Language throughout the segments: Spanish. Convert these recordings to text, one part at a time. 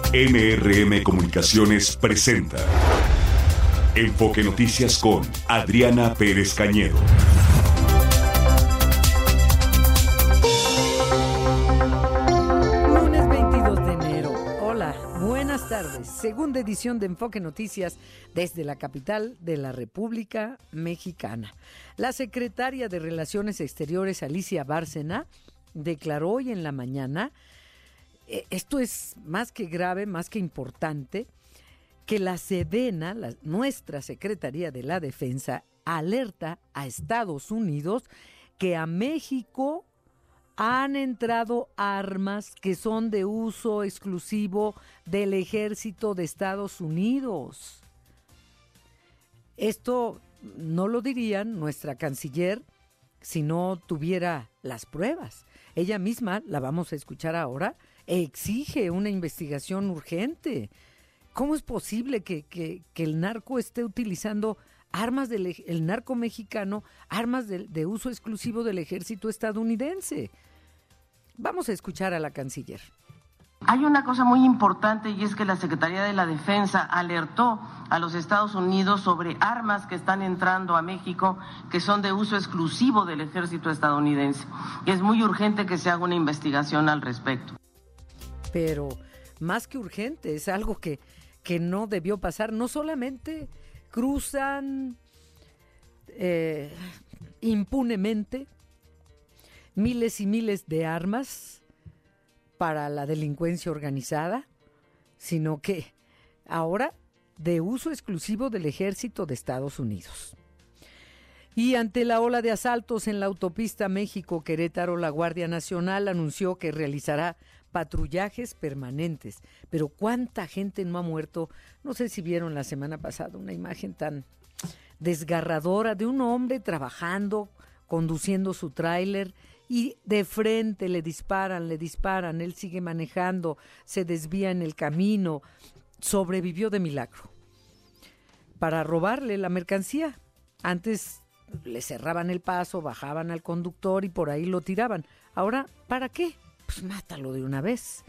MRM Comunicaciones presenta Enfoque Noticias con Adriana Pérez Cañedo. Lunes 22 de enero. Hola, buenas tardes. Segunda edición de Enfoque Noticias desde la capital de la República Mexicana. La secretaria de Relaciones Exteriores, Alicia Bárcena, declaró hoy en la mañana, esto es más que grave, más que importante, que la Sedena, nuestra Secretaría de la Defensa, alerta a Estados Unidos que a México han entrado armas que son de uso exclusivo del ejército de Estados Unidos. Esto no lo dirían nuestra canciller si no tuviera las pruebas. Ella misma, la vamos a escuchar ahora, exige una investigación urgente. ¿Cómo es posible que el narco esté utilizando armas el narco mexicano, armas de uso exclusivo del ejército estadounidense? Vamos a escuchar a la canciller. Hay una cosa muy importante y es que la Secretaría de la Defensa alertó a los Estados Unidos sobre armas que están entrando a México que son de uso exclusivo del ejército estadounidense. Y es muy urgente que se haga una investigación al respecto. Pero más que urgente, es algo que no debió pasar. No solamente cruzan impunemente miles y miles de armas para la delincuencia organizada, sino que ahora de uso exclusivo del ejército de Estados Unidos. Y ante la ola de asaltos en la autopista México-Querétaro, la Guardia Nacional anunció que realizará patrullajes permanentes. Pero ¿cuánta gente no ha muerto? No sé si vieron la semana pasada una imagen tan desgarradora de un hombre trabajando, conduciendo su tráiler y de frente le disparan, él sigue manejando, se desvía en el camino, sobrevivió de milagro. Para robarle la mercancía, antes le cerraban el paso, bajaban al conductor y por ahí lo tiraban. Ahora, ¿para qué? Pues mátalo de una vez.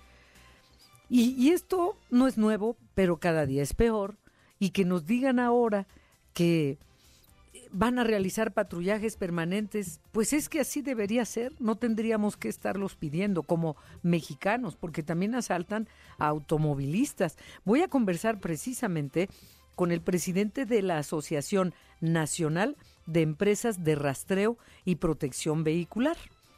Y esto no es nuevo, pero cada día es peor. Y que nos digan ahora que van a realizar patrullajes permanentes, pues es que así debería ser, no tendríamos que estarlos pidiendo como mexicanos, porque también asaltan a automovilistas. Voy a conversar precisamente con el presidente de la Asociación Nacional de Empresas de Rastreo y Protección Vehicular.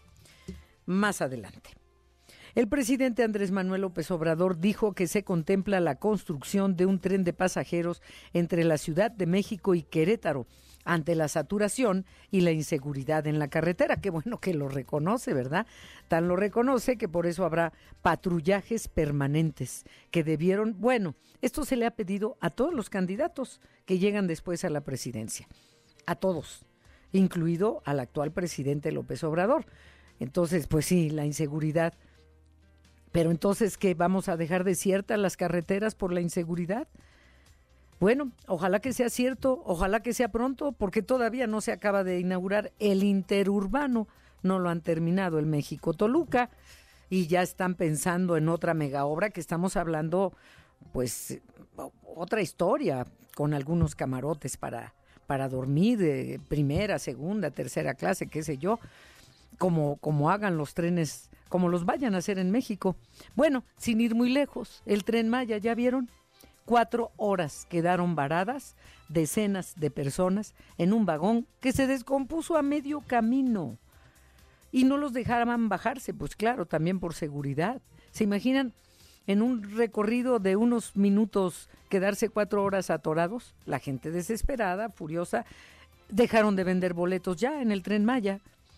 Más adelante. El presidente Andrés Manuel López Obrador dijo que se contempla la construcción de un tren de pasajeros entre la Ciudad de México y Querétaro ante la saturación y la inseguridad en la carretera. Qué bueno que lo reconoce, ¿verdad? Tan lo reconoce que por eso habrá patrullajes permanentes que debieron, bueno, esto se le ha pedido a todos los candidatos que llegan después a la presidencia, a todos, incluido al actual presidente López Obrador. Entonces, pues sí, la inseguridad. Pero entonces, ¿qué? ¿Vamos a dejar desiertas las carreteras por la inseguridad? Bueno, ojalá que sea cierto, ojalá que sea pronto, porque todavía no se acaba de inaugurar el interurbano, no lo han terminado el México-Toluca, y ya están pensando en otra mega obra que estamos hablando, pues, otra historia, con algunos camarotes para dormir de primera, segunda, tercera clase, qué sé yo, como hagan los trenes, como los vayan a hacer en México. Bueno, sin ir muy lejos, el Tren Maya, ¿ya vieron? 4 horas quedaron varadas decenas de personas en un vagón que se descompuso a medio camino y no los dejaban bajarse, pues claro, también por seguridad. ¿Se imaginan en un recorrido de unos minutos quedarse 4 horas atorados? La gente desesperada, furiosa, dejaron de vender boletos ya en el Tren Maya.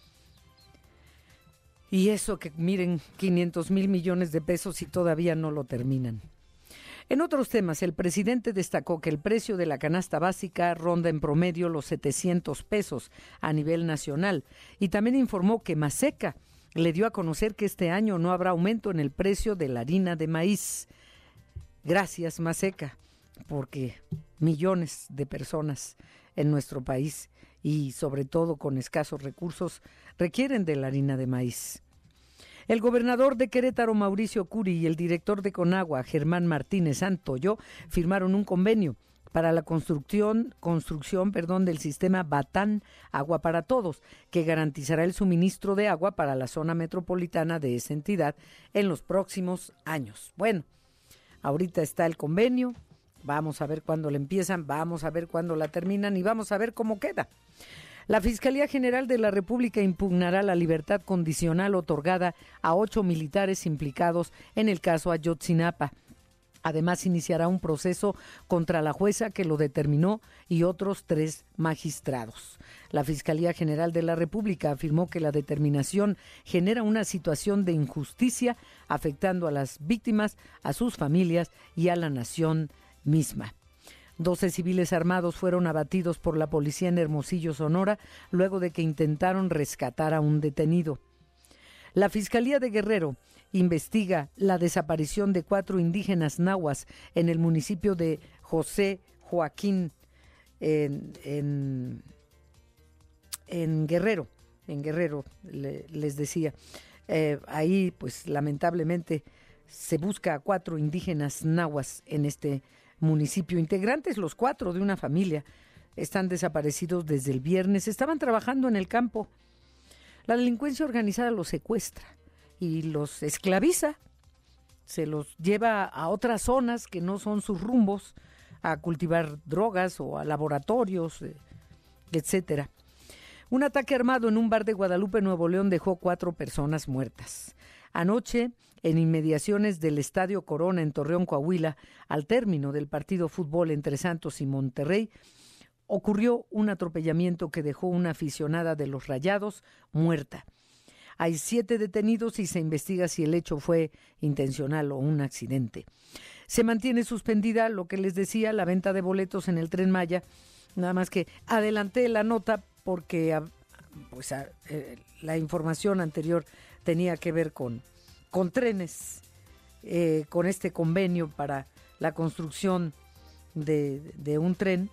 Y eso que miren, 500,000 millones de pesos y todavía no lo terminan. En otros temas, el presidente destacó que el precio de la canasta básica ronda en promedio los 700 pesos a nivel nacional y también informó que Maseca le dio a conocer que este año no habrá aumento en el precio de la harina de maíz. Gracias, Maseca, porque millones de personas en nuestro país y sobre todo con escasos recursos requieren de la harina de maíz. El gobernador de Querétaro, Mauricio Curi, y el director de Conagua, Germán Martínez Santoyo, firmaron un convenio para la construcción del sistema Batán Agua para Todos, que garantizará el suministro de agua para la zona metropolitana de esa entidad en los próximos años. Bueno, ahorita está el convenio, vamos a ver cuándo le empiezan, vamos a ver cuándo la terminan y vamos a ver cómo queda. La Fiscalía General de la República impugnará la libertad condicional otorgada a 8 militares implicados en el caso Ayotzinapa. Además, iniciará un proceso contra la jueza que lo determinó y otros 3 magistrados. La Fiscalía General de la República afirmó que la determinación genera una situación de injusticia afectando a las víctimas, a sus familias y a la nación misma. 12 civiles armados fueron abatidos por la policía en Hermosillo, Sonora, luego de que intentaron rescatar a un detenido. La Fiscalía de Guerrero investiga la desaparición de 4 indígenas nahuas en el municipio de José Joaquín, en Guerrero. En Guerrero, les decía. Ahí, pues, lamentablemente, se busca a 4 indígenas nahuas en este municipio. Integrantes, los 4 de una familia, están desaparecidos desde el viernes. Estaban trabajando en el campo. La delincuencia organizada los secuestra y los esclaviza, se los lleva a otras zonas que no son sus rumbos, a cultivar drogas o a laboratorios, etcétera. Un ataque armado en un bar de Guadalupe, Nuevo León, dejó 4 personas muertas. Anoche, en inmediaciones del Estadio Corona en Torreón, Coahuila, al término del partido fútbol entre Santos y Monterrey, ocurrió un atropellamiento que dejó una aficionada de los Rayados muerta. Hay 7 detenidos y se investiga si el hecho fue intencional o un accidente. Se mantiene suspendida, lo que les decía, la venta de boletos en el Tren Maya. Nada más que adelanté la nota porque la información anterior tenía que ver con trenes, con este convenio para la construcción de un tren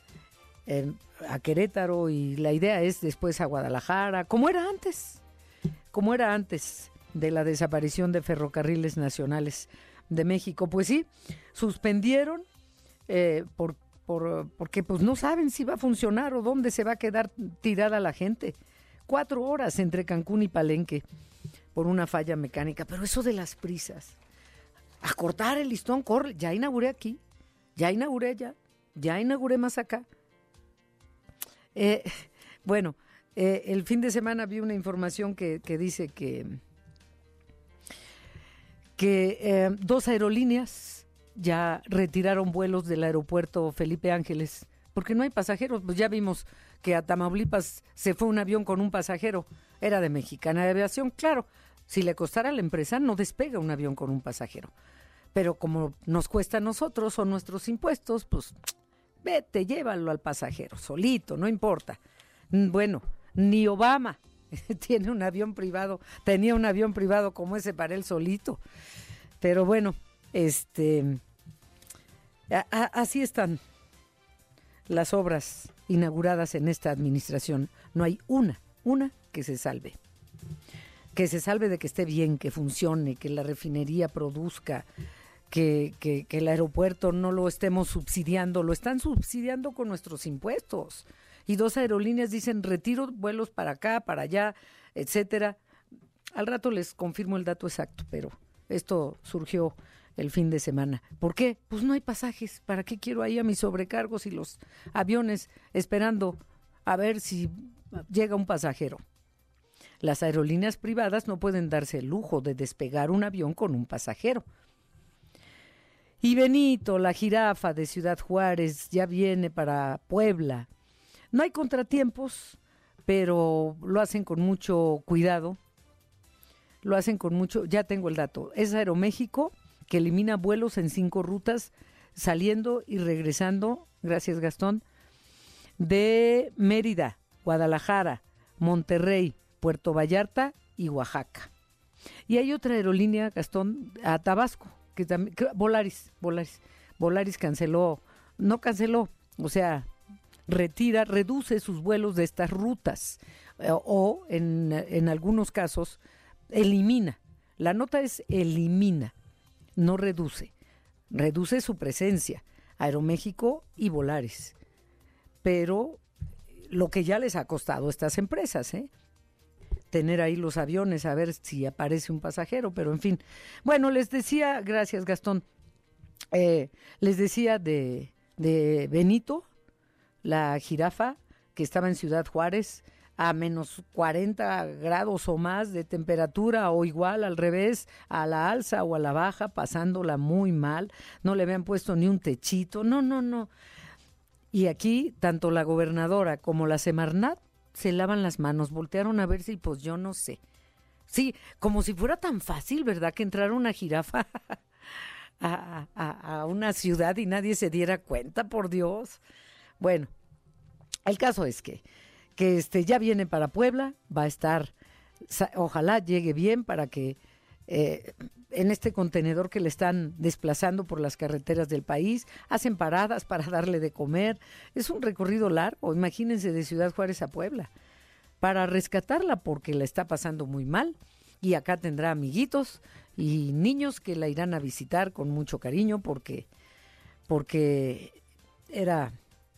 a Querétaro, y la idea es después a Guadalajara, como era antes de la desaparición de Ferrocarriles Nacionales de México. Pues sí, suspendieron porque pues no saben si va a funcionar o dónde se va a quedar tirada la gente. 4 horas entre Cancún y Palenque por una falla mecánica. Pero eso de las prisas, a cortar el listón, corre. Ya inauguré aquí, ya inauguré más acá. El fin de semana vi una información que dice que 2 aerolíneas ya retiraron vuelos del aeropuerto Felipe Ángeles porque no hay pasajeros. Pues ya vimos que a Tamaulipas se fue un avión con un pasajero, era de Mexicana de Aviación. Claro, si le costara a la empresa no despega un avión con un pasajero, pero como nos cuesta a nosotros o nuestros impuestos, pues vete, llévalo al pasajero solito, no importa. Bueno, ni Obama tenía un avión privado como ese para él solito. Pero bueno, así están las obras inauguradas en esta administración. No hay una que se salve. Que se salve de que esté bien, que funcione, que la refinería produzca, que el aeropuerto no lo estemos subsidiando. Lo están subsidiando con nuestros impuestos. Y 2 aerolíneas dicen retiro vuelos para acá, para allá, etcétera. Al rato les confirmo el dato exacto, pero esto surgió el fin de semana. ¿Por qué? Pues no hay pasajes. ¿Para qué quiero ahí a mis sobrecargos y los aviones esperando a ver si llega un pasajero? Las aerolíneas privadas no pueden darse el lujo de despegar un avión con un pasajero. Y Benito, la jirafa de Ciudad Juárez, ya viene para Puebla. No hay contratiempos, pero lo hacen con mucho cuidado. Ya tengo el dato. Es Aeroméxico, que elimina vuelos en 5 rutas, saliendo y regresando, gracias Gastón, de Mérida, Guadalajara, Monterrey, Puerto Vallarta y Oaxaca. Y hay otra aerolínea, Gastón, a Tabasco, que también, Volaris canceló, reduce sus vuelos de estas rutas, o en algunos casos elimina. La nota es elimina, no reduce. Reduce su presencia, Aeroméxico y Volaris. Pero lo que ya les ha costado a estas empresas, tener ahí los aviones, a ver si aparece un pasajero, pero en fin. Bueno, les decía, gracias Gastón, les decía de Benito, la jirafa que estaba en Ciudad Juárez, a menos 40 grados o más de temperatura, o igual al revés, a la alza o a la baja, pasándola muy mal, no le habían puesto ni un techito, no. Y aquí, tanto la gobernadora como la Semarnat se lavan las manos, voltearon a ver si, pues yo no sé. Sí, como si fuera tan fácil, ¿verdad?, que entrara una jirafa a una ciudad y nadie se diera cuenta, por Dios. Bueno, el caso es que ya viene para Puebla, va a estar, ojalá llegue bien para que en este contenedor que le están desplazando por las carreteras del país, hacen paradas para darle de comer. Es un recorrido largo, imagínense, de Ciudad Juárez a Puebla, para rescatarla porque la está pasando muy mal, y acá tendrá amiguitos y niños que la irán a visitar con mucho cariño porque era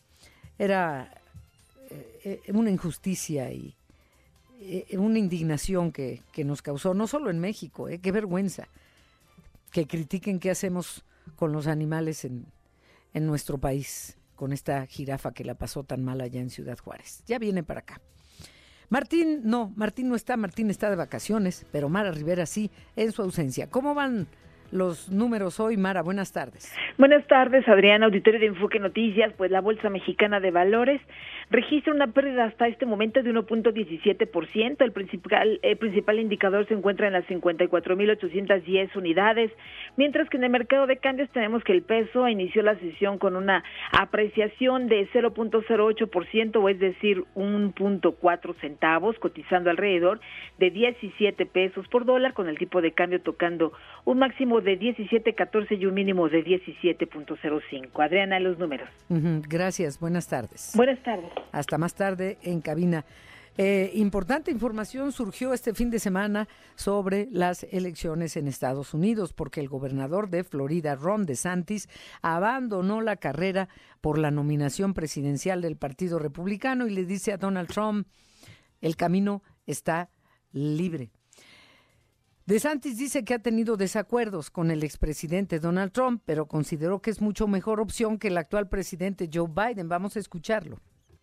una injusticia y una indignación que nos causó, no solo en México, qué vergüenza que critiquen qué hacemos con los animales en nuestro país, con esta jirafa que la pasó tan mal allá en Ciudad Juárez. Ya viene para acá. Martín no está, Martín está de vacaciones, pero Mara Rivera sí, en su ausencia. ¿Cómo van los números hoy, Mara? Buenas tardes. Buenas tardes, Adriana, auditorio de Enfoque Noticias. Pues la Bolsa Mexicana de Valores registra una pérdida hasta este momento de 1.17%. El principal indicador se encuentra en las 54.810 unidades, mientras que en el mercado de cambios tenemos que el peso inició la sesión con una apreciación de 0.08%, o es decir, 1.4 centavos, cotizando alrededor de 17 pesos por dólar, con el tipo de cambio tocando un máximo de 17.14 y un mínimo de 17.05. Adriana, los números. Gracias, buenas tardes. Buenas tardes. Hasta más tarde en cabina. Importante información surgió este fin de semana sobre las elecciones en Estados Unidos, porque el gobernador de Florida, Ron DeSantis, abandonó la carrera por la nominación presidencial del Partido Republicano y le dice a Donald Trump, el camino está libre. DeSantis dice que ha tenido desacuerdos con el expresidente Donald Trump, pero consideró que es mucho mejor opción que el actual presidente Joe Biden. Vamos a escucharlo.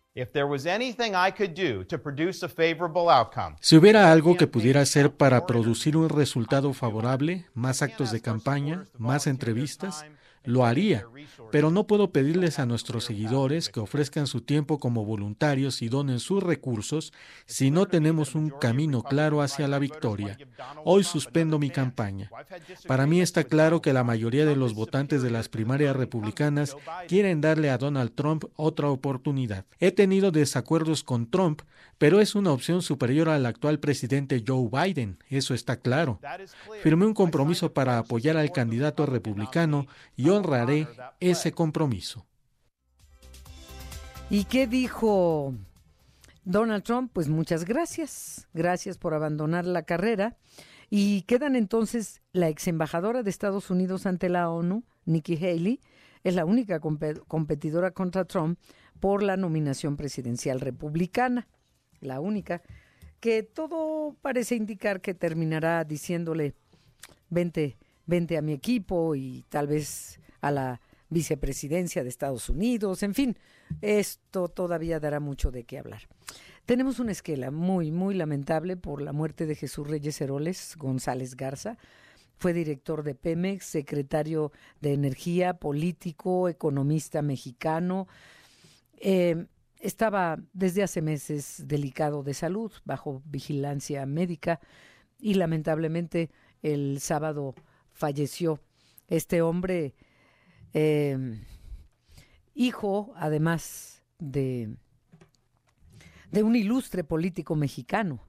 Si hubiera algo que pudiera hacer para producir un resultado favorable, más actos de campaña, más entrevistas, lo haría, pero no puedo pedirles a nuestros seguidores que ofrezcan su tiempo como voluntarios y donen sus recursos si no tenemos un camino claro hacia la victoria. Hoy suspendo mi campaña. Para mí está claro que la mayoría de los votantes de las primarias republicanas quieren darle a Donald Trump otra oportunidad. He tenido desacuerdos con Trump, pero es una opción superior al actual presidente Joe Biden, eso está claro. Firmé un compromiso para apoyar al candidato republicano y honraré ese compromiso. ¿Y qué dijo Donald Trump? Pues muchas gracias. Gracias por abandonar la carrera. Y quedan entonces la ex embajadora de Estados Unidos ante la ONU, Nikki Haley, es la única competidora contra Trump por la nominación presidencial republicana. La única, que todo parece indicar que terminará diciéndole, vente a mi equipo y tal vez a la vicepresidencia de Estados Unidos. En fin, esto todavía dará mucho de qué hablar. Tenemos una esquela muy, muy lamentable por la muerte de Jesús Reyes Heroles González Garza. Fue director de Pemex, secretario de Energía, político, economista mexicano. Estaba desde hace meses delicado de salud, bajo vigilancia médica, y lamentablemente el sábado falleció. Este hombre, hijo además de un ilustre político mexicano,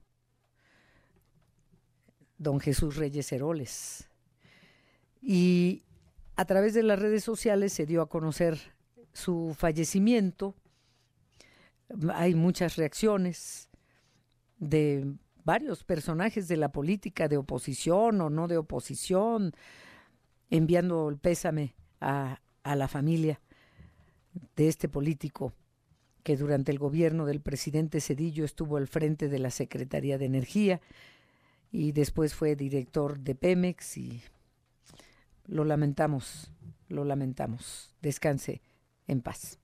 don Jesús Reyes Heroles. Y a través de las redes sociales se dio a conocer su fallecimiento. Hay muchas reacciones de varios personajes de la política, de oposición o no de oposición, enviando el pésame a la familia de este político que durante el gobierno del presidente Zedillo estuvo al frente de la Secretaría de Energía y después fue director de Pemex, y lo lamentamos. Descanse en paz.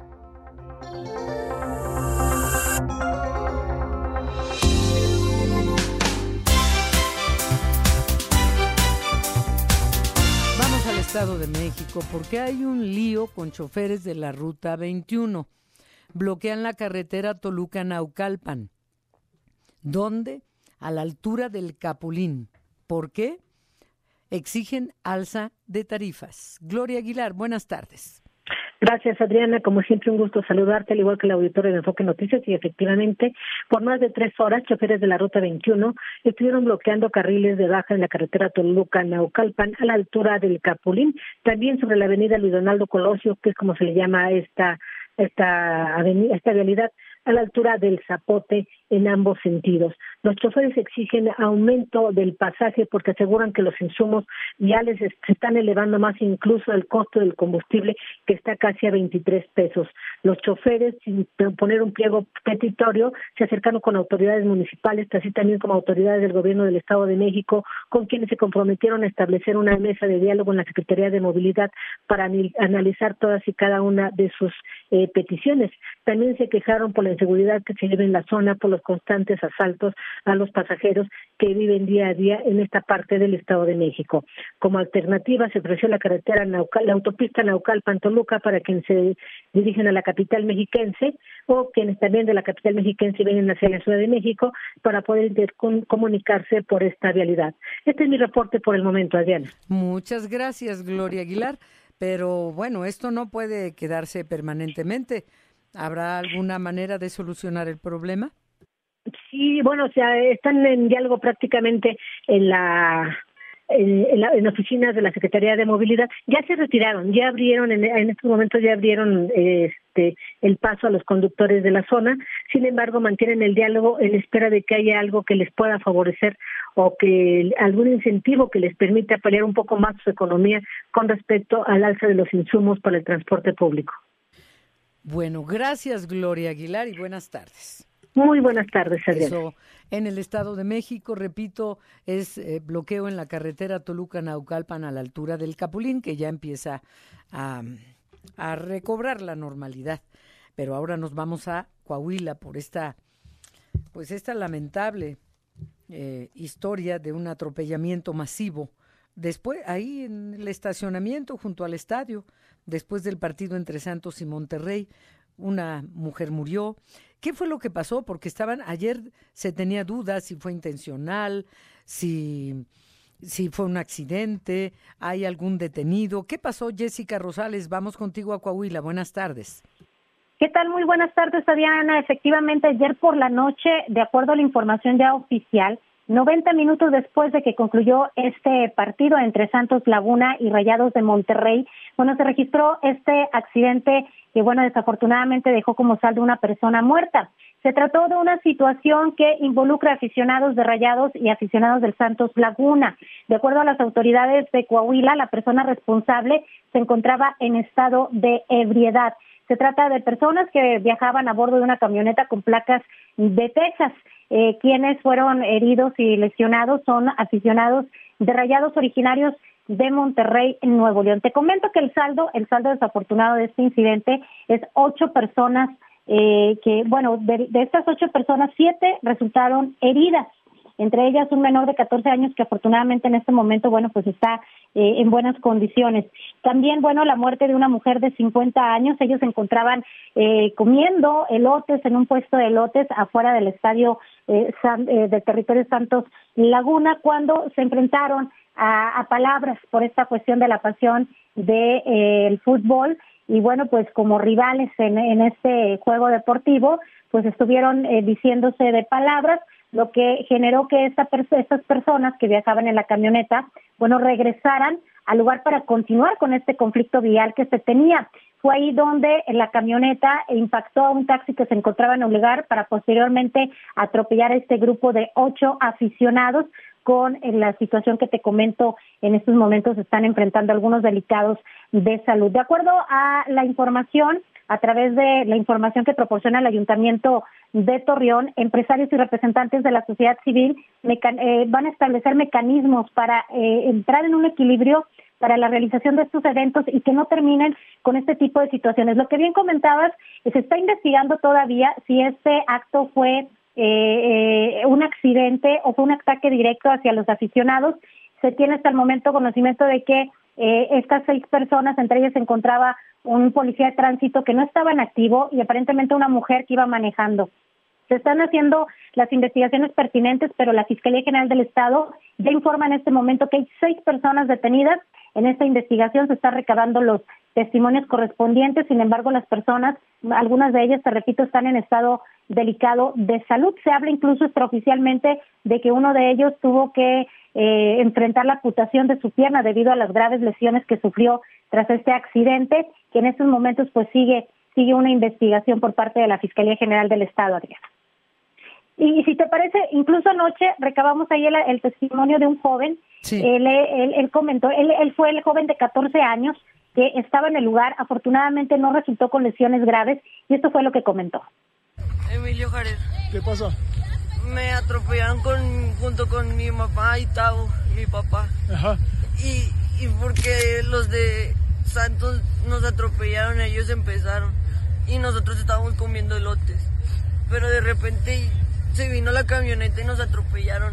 Vamos al Estado de México porque hay un lío con choferes de la Ruta 21. Bloquean la carretera Toluca-Naucalpan. ¿Dónde? A la altura del Capulín. ¿Por qué? Exigen alza de tarifas. Gloria Aguilar, buenas tardes. Gracias, Adriana. Como siempre, un gusto saludarte, al igual que el auditorio de Enfoque Noticias. Y efectivamente, por más de 3 horas, choferes de la Ruta 21 estuvieron bloqueando carriles de baja en la carretera Toluca-Naucalpan a la altura del Capulín, también sobre la avenida Luis Donaldo Colosio, que es como se le llama esta vialidad, a la altura del Zapote en ambos sentidos. Los choferes exigen aumento del pasaje porque aseguran que los insumos viales se están elevando más, incluso el costo del combustible, que está casi a 23 pesos. Los choferes, sin poner un pliego petitorio, se acercaron con autoridades municipales, así también como autoridades del gobierno del Estado de México, con quienes se comprometieron a establecer una mesa de diálogo en la Secretaría de Movilidad para analizar todas y cada una de sus peticiones. También se quejaron por la inseguridad que se vive en la zona, por los constantes asaltos a los pasajeros que viven día a día en esta parte del Estado de México. Como alternativa se ofreció la carretera la autopista Naucalpan-Toluca para quienes se dirigen a la capital mexiquense o quienes también de la capital mexiquense vienen hacia la Ciudad de México para poder comunicarse por esta vialidad. Este es mi reporte por el momento, Adriana. Muchas gracias, Gloria Aguilar. Pero bueno, esto no puede quedarse permanentemente. ¿Habrá alguna manera de solucionar el problema? Sí, bueno, o sea, están en diálogo prácticamente en oficinas de la Secretaría de Movilidad. Ya se retiraron, ya abrieron, en estos momentos ya abrieron el paso a los conductores de la zona. Sin embargo, mantienen el diálogo en espera de que haya algo que les pueda favorecer o que algún incentivo que les permita paliar un poco más su economía con respecto al alza de los insumos para el transporte público. Bueno, gracias, Gloria Aguilar, y buenas tardes. Muy buenas tardes, Adriana. Eso, en el Estado de México, repito, es bloqueo en la carretera Toluca-Naucalpan a la altura del Capulín, que ya empieza a recobrar la normalidad. Pero ahora nos vamos a Coahuila por esta lamentable historia de un atropellamiento masivo. Después, ahí en el estacionamiento junto al estadio, después del partido entre Santos y Monterrey, una mujer murió. ¿Qué fue lo que pasó? Porque ayer se tenía dudas si fue intencional, si fue un accidente, hay algún detenido. ¿Qué pasó, Jessica Rosales? Vamos contigo a Coahuila. Buenas tardes. ¿Qué tal? Muy buenas tardes, Adriana. Efectivamente, ayer por la noche, de acuerdo a la información ya oficial, 90 minutos después de que concluyó este partido entre Santos Laguna y Rayados de Monterrey, se registró este accidente que, desafortunadamente dejó como saldo una persona muerta. Se trató de una situación que involucra aficionados de Rayados y aficionados del Santos Laguna. De acuerdo a las autoridades de Coahuila, la persona responsable se encontraba en estado de ebriedad. Se trata de personas que viajaban a bordo de una camioneta con placas de Texas. Quienes fueron heridos y lesionados son aficionados de Rayados originarios de Monterrey, en Nuevo León. Te comento que el saldo desafortunado de este incidente es 8 personas, de estas 8 personas, 7 resultaron heridas. Entre ellas un menor de 14 años que afortunadamente en este momento, está en buenas condiciones. También, la muerte de una mujer de 50 años. Ellos se encontraban comiendo elotes en un puesto de elotes afuera del estadio del territorio Santos Laguna cuando se enfrentaron a palabras por esta cuestión de la pasión del fútbol. Y como rivales en este juego deportivo, estuvieron diciéndose de palabras, lo que generó que estas personas que viajaban en la camioneta, regresaran al lugar para continuar con este conflicto vial que se tenía. fue ahí donde la camioneta impactó a un taxi que se encontraba en un lugar para posteriormente atropellar a este grupo de 8 aficionados. Con la situación que te comento, en estos momentos están enfrentando algunos delicados de salud. De acuerdo a la información, a través de la información que proporciona el Ayuntamiento de Torreón, empresarios y representantes de la sociedad civil van a establecer mecanismos para entrar en un equilibrio para la realización de estos eventos y que no terminen con este tipo de situaciones. Lo que bien comentabas, se está investigando todavía si este acto fue un accidente o fue un ataque directo hacia los aficionados. Se tiene hasta el momento conocimiento de que estas 6 personas, entre ellas se encontraba un policía de tránsito que no estaba en activo y aparentemente una mujer que iba manejando. Se están haciendo las investigaciones pertinentes, pero la Fiscalía General del Estado ya informa en este momento que hay 6 personas detenidas. En esta investigación se están recabando los testimonios correspondientes, sin embargo las personas, algunas de ellas, te repito, están en estado delicado de salud. Se habla incluso extraoficialmente de que uno de ellos tuvo que enfrentar la amputación de su pierna debido a las graves lesiones que sufrió tras este accidente, que en estos momentos pues sigue una investigación por parte de la Fiscalía General del Estado, Adriana. Y si te parece, incluso anoche recabamos ahí el testimonio de un joven. Sí. Él comentó, él fue el joven de 14 años que estaba en el lugar, afortunadamente no resultó con lesiones graves, y esto fue lo que comentó. Emilio Jared. ¿Qué pasó? Me atropellaron junto con mi mamá y Tavo, mi papá. Ajá. Y porque los de Santos nos atropellaron, ellos empezaron y nosotros estábamos comiendo elotes, pero de repente se vino la camioneta y nos atropellaron.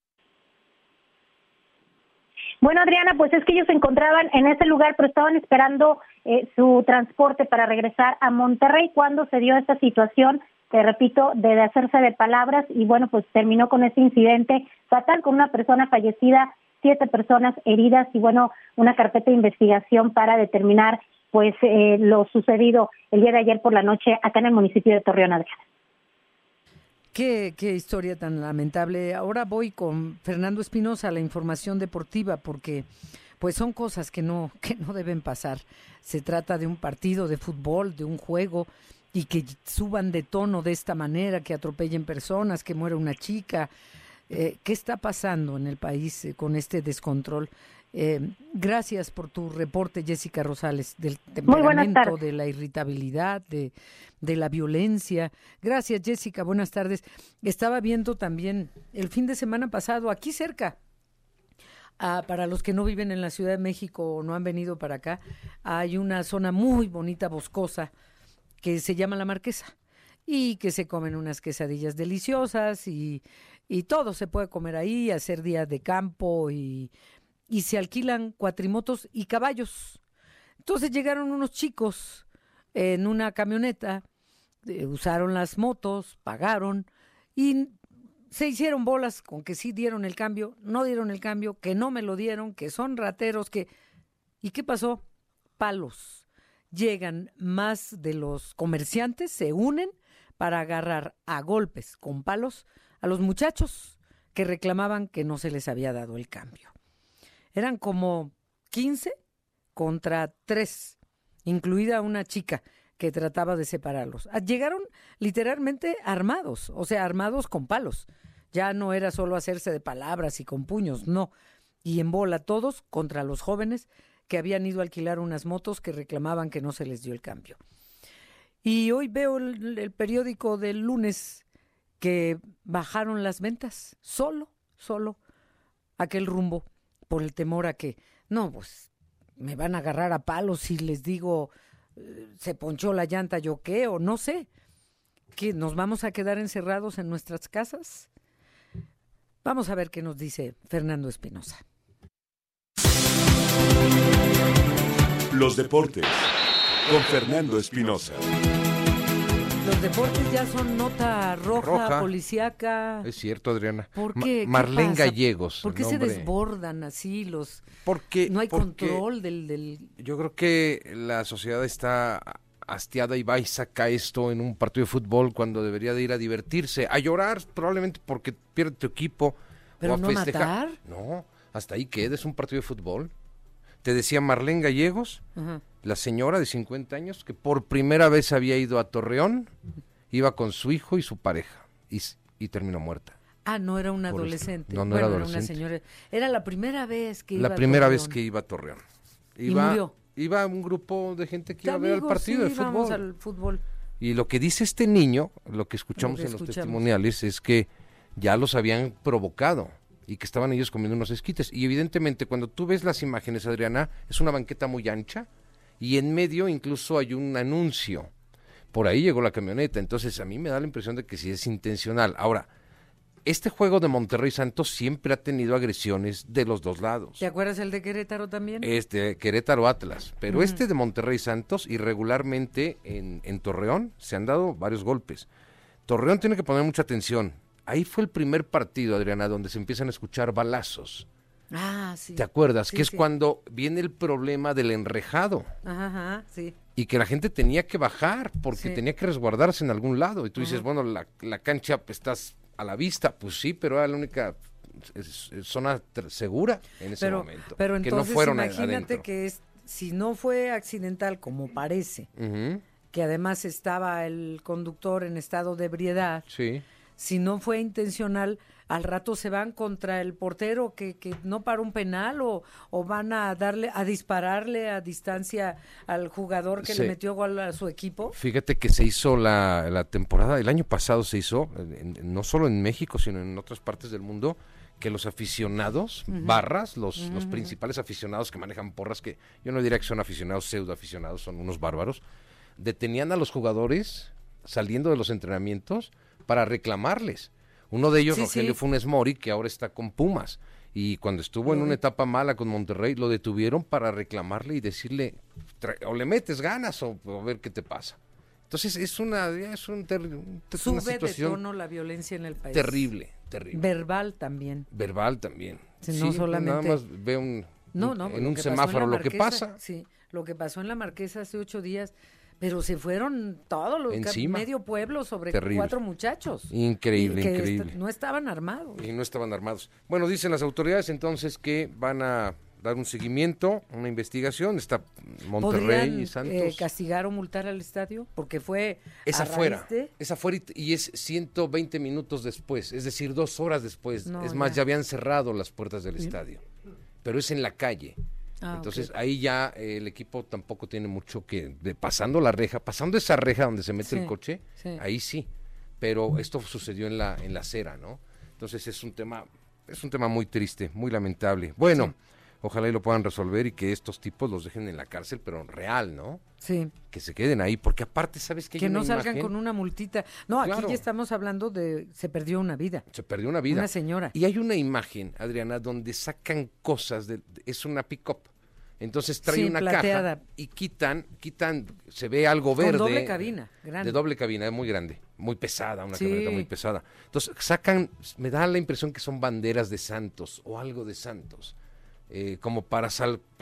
Bueno, Adriana, pues es que ellos se encontraban en ese lugar, pero estaban esperando su transporte para regresar a Monterrey cuando se dio esta situación, te repito, de hacerse de palabras, y bueno, pues terminó con este incidente fatal, con una persona fallecida, 7 personas heridas, y bueno, una carpeta de investigación para determinar pues lo sucedido el día de ayer por la noche acá en el municipio de Torreón, Adriana. Qué historia tan lamentable. Ahora voy con Fernando Espinosa a la información deportiva, porque pues son cosas que no deben pasar. Se trata de un partido de fútbol, de un juego, y que suban de tono de esta manera, que atropellen personas, que muera una chica. ¿Qué está pasando en el país con este descontrol? Gracias por tu reporte, Jessica Rosales, del temperamento, de la irritabilidad, de la violencia. Gracias, Jessica, buenas tardes. Estaba viendo también el fin de semana pasado, aquí cerca, para los que no viven en la Ciudad de México o no han venido para acá, hay una zona muy bonita, boscosa, que se llama La Marquesa, y que se comen unas quesadillas deliciosas y todo se puede comer ahí, hacer días de campo y se alquilan cuatrimotos y caballos. Entonces llegaron unos chicos en una camioneta, usaron las motos, pagaron y se hicieron bolas con que sí dieron el cambio, no dieron el cambio, que no me lo dieron, que son rateros, ¿Y qué pasó? Palos. Llegan más de los comerciantes, se unen para agarrar a golpes con palos a los muchachos que reclamaban que no se les había dado el cambio. Eran como 15 contra 3, incluida una chica que trataba de separarlos. Llegaron literalmente armados, o sea, armados con palos. Ya no era solo hacerse de palabras y con puños, no. Y en bola todos contra los jóvenes que habían ido a alquilar unas motos que reclamaban que no se les dio el cambio. Y hoy veo el periódico del lunes que bajaron las ventas, solo aquel rumbo, por el temor a que, no, pues me van a agarrar a palos si les digo se ponchó la llanta, yo qué, o no sé, que nos vamos a quedar encerrados en nuestras casas. Vamos a ver qué nos dice Fernando Espinosa. Los deportes con Fernando Espinosa. Los deportes ya son nota roja. Policíaca. Es cierto, Adriana. ¿Por qué? Marlene Gallegos. ¿Por qué se desbordan así los? Porque no hay control del. Yo creo que la sociedad está hastiada y va y saca esto en un partido de fútbol cuando debería de ir a divertirse, a llorar probablemente porque pierde tu equipo. Pero o a no festejar. Matar. No, hasta ahí queda, es un partido de fútbol. Te decía Marlene Gallegos, la señora de 50 años que por primera vez había ido a Torreón, iba con su hijo y su pareja y terminó muerta. Ah, no era una Por adolescente. esto. No era adolescente. Era una señora. Era la primera vez que iba La primera a vez Torreón. que iba a Torreón. Y murió. Iba un grupo de gente que De iba a ver el amigos, partido sí, de fútbol. íbamos al fútbol. Y lo que dice este niño, lo que escuchamos Lo que en los escuchamos. testimoniales, es que ya los habían provocado y que estaban ellos comiendo unos esquites. Y evidentemente cuando tú ves las imágenes, Adriana, es una banqueta muy ancha y en medio incluso hay un anuncio. Por ahí llegó la camioneta, entonces a mí me da la impresión de que sí es intencional. Ahora, este juego de Monterrey Santos siempre ha tenido agresiones de los dos lados. ¿Te acuerdas el de Querétaro también? Querétaro Atlas, pero este de Monterrey Santos, irregularmente en Torreón se han dado varios golpes. Torreón tiene que poner mucha atención. Ahí fue el primer partido, Adriana, donde se empiezan a escuchar balazos. Ah, sí. ¿Te acuerdas? Sí, que es sí. cuando viene el problema del enrejado Ajá, sí. y que la gente tenía que bajar porque Sí. tenía que resguardarse en algún lado. Y tú dices, Ajá. bueno, la cancha estás a la vista. Pues sí, pero era la única zona segura en ese momento. Pero que no entonces fueron imagínate adentro. que si no fue accidental como parece, Ujú, que además estaba el conductor en estado de ebriedad, sí. si no fue intencional, al rato se van contra el portero que no para un penal o van a dispararle a distancia al jugador que Sí. le metió gol a su equipo. Fíjate que se hizo la temporada, el año pasado se hizo, no solo en México, sino en otras partes del mundo, que los aficionados, barras, los principales aficionados que manejan porras, que yo no diría que son aficionados, pseudo aficionados, son unos bárbaros, detenían a los jugadores saliendo de los entrenamientos para reclamarles. Uno de ellos, Sí, Rogelio sí. Funes Mori, que ahora está con Pumas, y cuando estuvo en una etapa mala con Monterrey, lo detuvieron para reclamarle y decirle, o le metes ganas o a ver qué te pasa. Entonces es una Sube de situación tono la violencia en el país. terrible. Verbal también. Verbal también. Sí, no solamente- nada más ve en Lo un que pasó semáforo en la lo que Marquesa, pasa. Sí, lo que pasó en la Marquesa hace 8 días, pero se fueron todos los Encima. medio pueblo sobre Terrible. 4 muchachos. Increíble, Y que increíble. no estaban armados. Y no estaban armados. Bueno, dicen las autoridades entonces que van a dar un seguimiento, una investigación. Está Monterrey ¿Podrían y Santos. castigar o multar al estadio? Porque fue Es a afuera, raíz de- es afuera y es 120 minutos después, es decir, 2 horas después. No, es más, ya. ya habían cerrado las puertas del estadio, pero es en la calle. Ah, Entonces ok. ahí ya el equipo tampoco tiene mucho pasando la reja, pasando esa reja donde se mete Sí, el coche, sí. ahí sí, pero esto sucedió en la acera, ¿no? Entonces es un tema muy triste, muy lamentable. Bueno, ojalá y lo puedan resolver y que estos tipos los dejen en la cárcel, pero real, ¿no? Sí, Que se queden ahí, porque aparte, ¿sabes qué? Hay que una no salgan imagen? con una multita. No, aquí Claro. ya estamos hablando se perdió una vida. Se perdió una vida. Una señora. Y hay una imagen, Adriana, donde sacan cosas, es una pick-up. Entonces trae Sí, una plateada. caja y quitan, se ve algo Con verde. doble cabina, grande. De doble cabina, muy grande, muy pesada, una Sí. camioneta muy pesada. Entonces sacan, me da la impresión que son banderas de Santos o algo de Santos, como para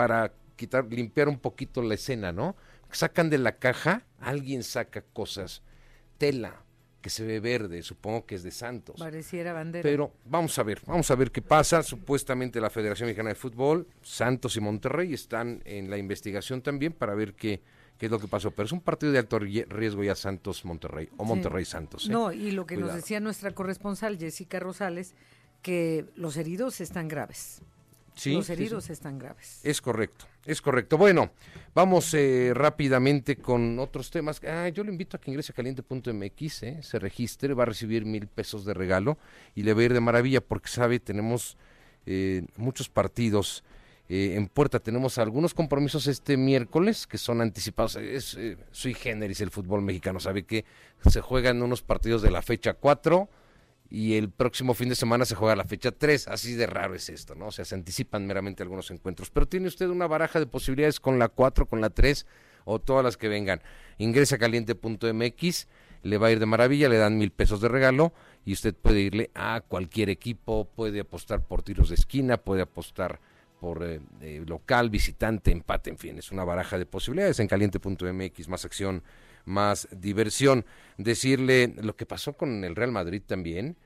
limpiar un poquito la escena, ¿no? Sacan de la caja, alguien saca cosas, tela, que se ve verde, supongo que es de Santos. Pareciera bandera. Pero vamos a ver qué pasa. Supuestamente la Federación Mexicana de Fútbol, Santos y Monterrey están en la investigación también para ver qué es lo que pasó. Pero es un partido de alto riesgo ya Santos-Monterrey o Sí. Monterrey-Santos. No, y lo que nos Cuidado. decía nuestra corresponsal Jessica Rosales, que los heridos están graves. Sí, Los sí, heridos sí. están graves. Es correcto. Bueno, vamos rápidamente con otros temas. Yo le invito a que ingrese a caliente.mx, se registre, va a recibir 1,000 pesos de regalo y le va a ir de maravilla porque, sabe, tenemos muchos partidos en puerta. Tenemos algunos compromisos este miércoles que son anticipados. Es sui generis el fútbol mexicano. Sabe que se juegan unos partidos de la fecha 4 y el próximo fin de semana se juega la fecha 3, así de raro es esto, ¿no? O sea, se anticipan meramente algunos encuentros, pero tiene usted una baraja de posibilidades con la 4, con la 3 o todas las que vengan. Ingresa a caliente.mx, le va a ir de maravilla, le dan 1,000 pesos de regalo y usted puede irle a cualquier equipo, puede apostar por tiros de esquina, puede apostar por local, visitante, empate, en fin, es una baraja de posibilidades en caliente.mx, más acción, más diversión. Decirle lo que pasó con el Real Madrid también,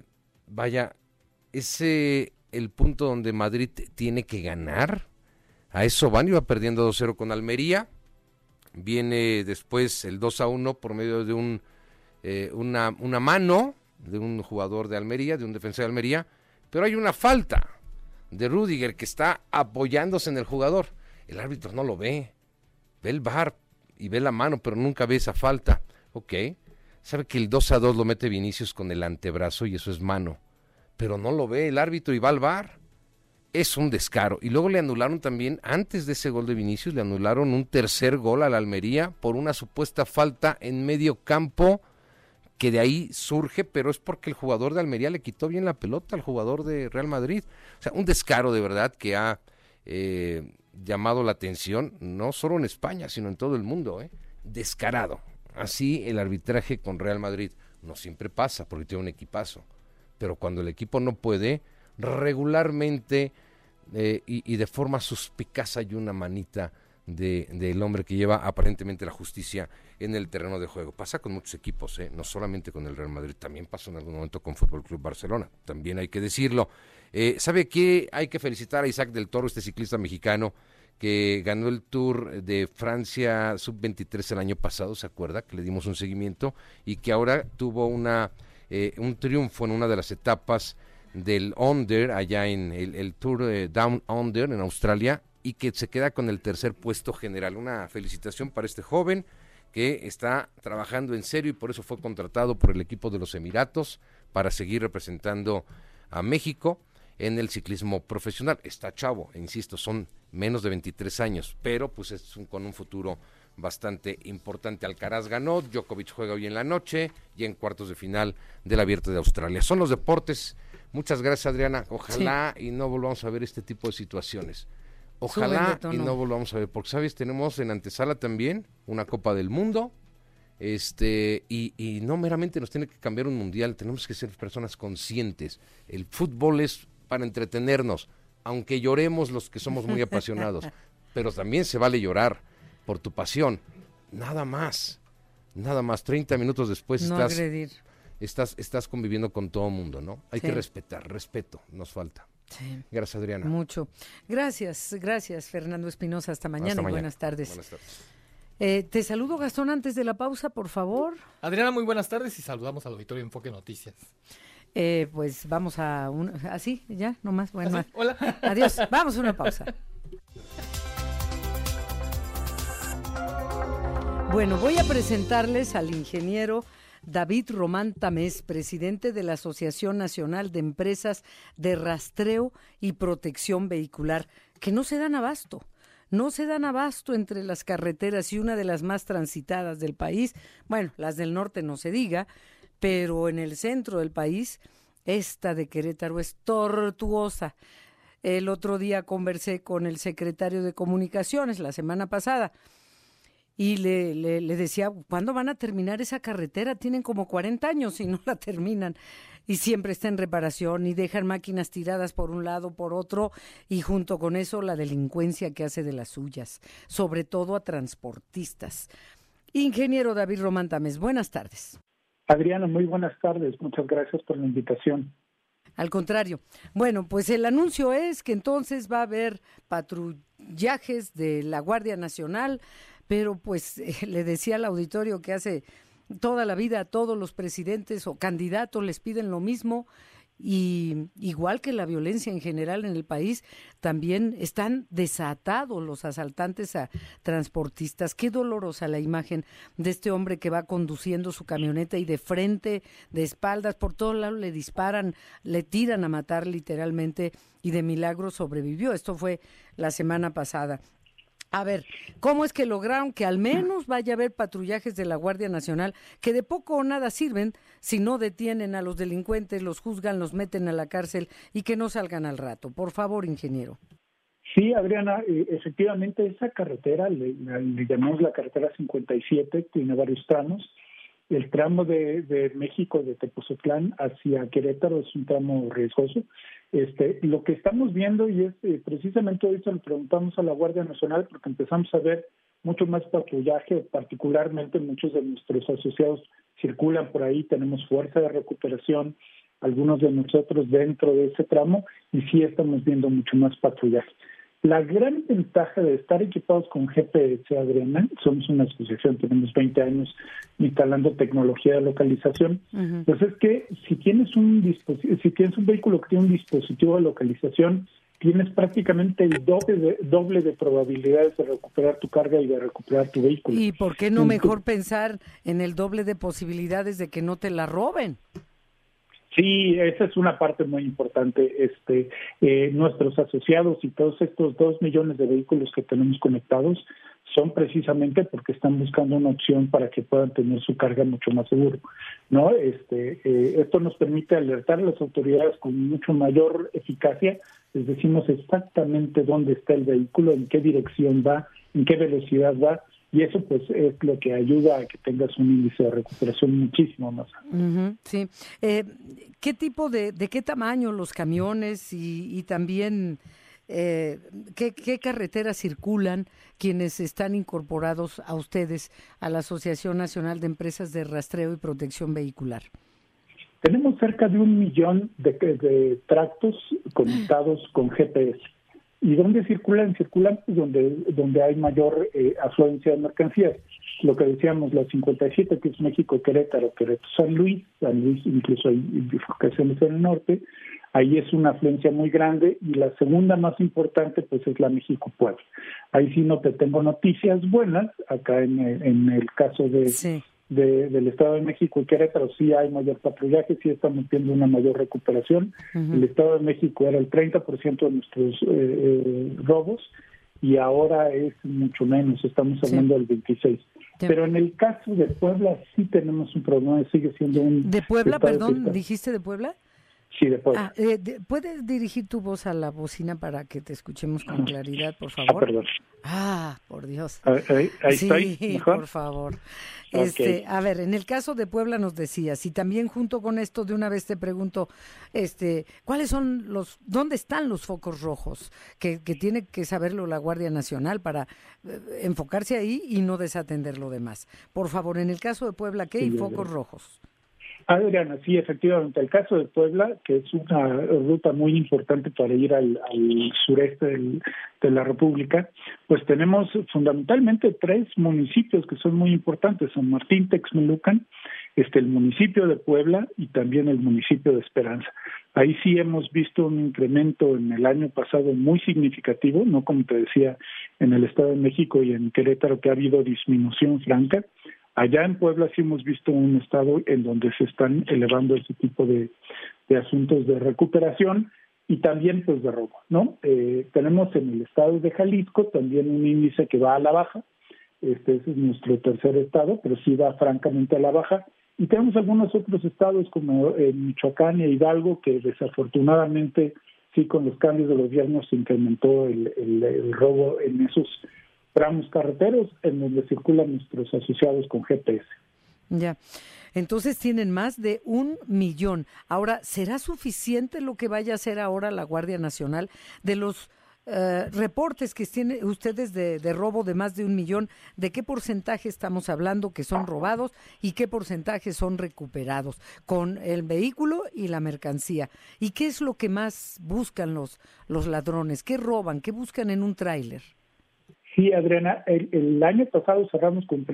el punto donde Madrid tiene que ganar, A eso van, iba perdiendo 2-0 con Almería. Viene después el 2-1 por medio de una mano de un jugador de Almería, de un defensor de Almería, pero hay una falta de Rüdiger que está apoyándose en el jugador. El árbitro no lo ve el VAR y ve la mano, pero nunca ve esa falta. Ok, sabe que el 2-2 lo mete Vinicius con el antebrazo y eso es mano, pero no lo ve el árbitro y va al VAR. Es un descaro. Y luego le anularon también, antes de ese gol de Vinicius, le anularon un tercer gol a la Almería por una supuesta falta en medio campo, que de ahí surge, pero es porque el jugador de Almería le quitó bien la pelota al jugador de Real Madrid. O sea, un descaro de verdad que ha llamado la atención, no solo en España, sino en todo el mundo. Descarado. Así el arbitraje con Real Madrid. No siempre pasa, porque tiene un equipazo. Pero cuando el equipo no puede, regularmente y de forma suspicaz hay una manita del hombre que lleva aparentemente la justicia en el terreno de juego. Pasa con muchos equipos, no solamente con el Real Madrid, también pasó en algún momento con Fútbol Club Barcelona, también hay que decirlo. ¿Sabe qué? Hay que felicitar a Isaac del Toro, este ciclista mexicano que ganó el Tour de Francia Sub-23 el año pasado, ¿se acuerda? Que le dimos un seguimiento y que ahora tuvo un triunfo en una de las etapas del Under, allá en el Tour Down Under en Australia, y que se queda con el tercer puesto general. Una felicitación para este joven que está trabajando en serio y por eso fue contratado por el equipo de los Emiratos para seguir representando a México en el ciclismo profesional. Está chavo, insisto, son menos de 23 años, pero pues es con un futuro bastante importante. Alcaraz ganó, Djokovic juega hoy en la noche y en cuartos de final del Abierto de Australia. Son los deportes. Muchas gracias, Adriana. Ojalá y no volvamos a ver este tipo de situaciones. Ojalá y no volvamos a ver, porque sabes, tenemos en antesala también una Copa del Mundo, y no meramente nos tiene que cambiar un mundial, tenemos que ser personas conscientes. El fútbol es para entretenernos, aunque lloremos los que somos muy apasionados, pero también se vale llorar por tu pasión, nada más, 30 minutos después no estás conviviendo con todo el mundo, ¿no? Hay que respetar, respeto, nos falta. Sí. Gracias, Adriana. Mucho. Gracias, Fernando Espinosa. Hasta mañana y buenas tardes. Buenas tardes. Te saludo, Gastón, antes de la pausa, por favor. Adriana, muy buenas tardes y saludamos al auditorio Enfoque Noticias. Pues vamos a así, ya, nomás. Bueno, ¿Así? Hola. Adiós. Vamos a una pausa. Bueno, voy a presentarles al ingeniero David Román Tamés, presidente de la Asociación Nacional de Empresas de Rastreo y Protección Vehicular, que no se dan abasto entre las carreteras y una de las más transitadas del país. Bueno, las del norte no se diga, pero en el centro del país, esta de Querétaro es tortuosa. El otro día conversé con el secretario de Comunicaciones, la semana pasada, y le decía, ¿cuándo van a terminar esa carretera? Tienen como 40 años y no la terminan. Y siempre está en reparación y dejan máquinas tiradas por un lado, por otro, y junto con eso la delincuencia que hace de las suyas, sobre todo a transportistas. Ingeniero David Román Tamés, buenas tardes. Adriana, muy buenas tardes. Muchas gracias por la invitación. Al contrario. Bueno, pues el anuncio es que entonces va a haber patrullajes de la Guardia Nacional, pero pues le decía al auditorio que hace toda la vida a todos los presidentes o candidatos les piden lo mismo, y igual que la violencia en general en el país, también están desatados los asaltantes a transportistas. Qué dolorosa la imagen de este hombre que va conduciendo su camioneta y de frente, de espaldas, por todos lados le disparan, le tiran a matar literalmente, y de milagro sobrevivió. Esto fue la semana pasada. A ver, ¿cómo es que lograron que al menos vaya a haber patrullajes de la Guardia Nacional que de poco o nada sirven si no detienen a los delincuentes, los juzgan, los meten a la cárcel y que no salgan al rato? Por favor, ingeniero. Sí, Adriana, efectivamente esa carretera, le llamamos la carretera 57, tiene varios tramos. El tramo de México, de Tepozotlán hacia Querétaro, es un tramo riesgoso. Lo que estamos viendo, y es precisamente hoy se lo preguntamos a la Guardia Nacional, porque empezamos a ver mucho más patrullaje, particularmente muchos de nuestros asociados circulan por ahí, tenemos fuerza de recuperación, algunos de nosotros dentro de ese tramo, y sí estamos viendo mucho más patrullaje. La gran ventaja de estar equipados con GPS, Adriana, somos una asociación, tenemos 20 años instalando tecnología de localización, pues es que si tienes un vehículo que tiene un dispositivo de localización, tienes prácticamente el doble de probabilidades de recuperar tu carga y de recuperar tu vehículo. ¿Y por qué no mejor pensar en el doble de posibilidades de que no te la roben? Sí, esa es una parte muy importante. Nuestros asociados y todos estos 2 millones de vehículos que tenemos conectados son precisamente porque están buscando una opción para que puedan tener su carga mucho más seguro, ¿no? Esto nos permite alertar a las autoridades con mucho mayor eficacia. Les decimos exactamente dónde está el vehículo, en qué dirección va, en qué velocidad va, y eso pues es lo que ayuda a que tengas un índice de recuperación muchísimo más alto. Sí. ¿Qué tipo de qué tamaño los camiones y también qué carreteras circulan quienes están incorporados a ustedes, a la Asociación Nacional de Empresas de Rastreo y Protección Vehicular? Tenemos cerca de 1 millón de tractos conectados con GPS. ¿Y dónde circulan? Circulan pues, donde hay mayor afluencia de mercancías. Lo que decíamos, la 57, que es México, Querétaro, San Luis incluso hay bifurcaciones en el norte, ahí es una afluencia muy grande, y la segunda más importante pues es la México-Puebla. Ahí sí no te tengo noticias buenas, acá en el caso del Estado de México y Querétaro sí hay mayor patrullaje, sí estamos viendo una mayor recuperación. El Estado de México era el 30% de nuestros robos, y ahora es mucho menos, estamos hablando del 26%. Pero en el caso de Puebla sí tenemos un problema, sigue siendo un... ¿De Puebla, perdón? ¿Dijiste de Puebla? Sí, de Puebla. ¿Puedes dirigir tu voz a la bocina para que te escuchemos con claridad, por favor? Perdón. Por Dios. Ahí sí, estoy, mejor. Por favor. Okay. A ver, en el caso de Puebla nos decías, y también junto con esto de una vez te pregunto, ¿cuáles son dónde están los focos rojos? Que tiene que saberlo la Guardia Nacional para enfocarse ahí y no desatender lo demás. Por favor, en el caso de Puebla, ¿qué hay focos rojos? Adriana, sí, efectivamente. El caso de Puebla, que es una ruta muy importante para ir al sureste de la República, pues tenemos fundamentalmente 3 municipios que son muy importantes: San Martín, Texmelucan, el municipio de Puebla y también el municipio de Esperanza. Ahí sí hemos visto un incremento en el año pasado muy significativo, no como te decía en el Estado de México y en Querétaro, que ha habido disminución franca. Allá en Puebla sí hemos visto un estado en donde se están elevando ese tipo de asuntos de recuperación y también pues de robo, ¿no? Tenemos en el estado de Jalisco también un índice que va a la baja. Ese es nuestro tercer estado, pero sí va francamente a la baja. Y tenemos algunos otros estados como Michoacán y Hidalgo, que desafortunadamente sí, con los cambios de gobierno se incrementó el robo en esos tramos carreteros en donde circulan nuestros asociados con GPS. Ya, entonces tienen más de 1 millón. Ahora, ¿será suficiente lo que vaya a hacer ahora la Guardia Nacional de los reportes que tienen ustedes de robo de más de 1 millón? ¿De qué porcentaje estamos hablando que son robados y qué porcentaje son recuperados con el vehículo y la mercancía? ¿Y qué es lo que más buscan los ladrones? ¿Qué roban? ¿Qué buscan en un tráiler? Sí, Adriana, el año pasado cerramos con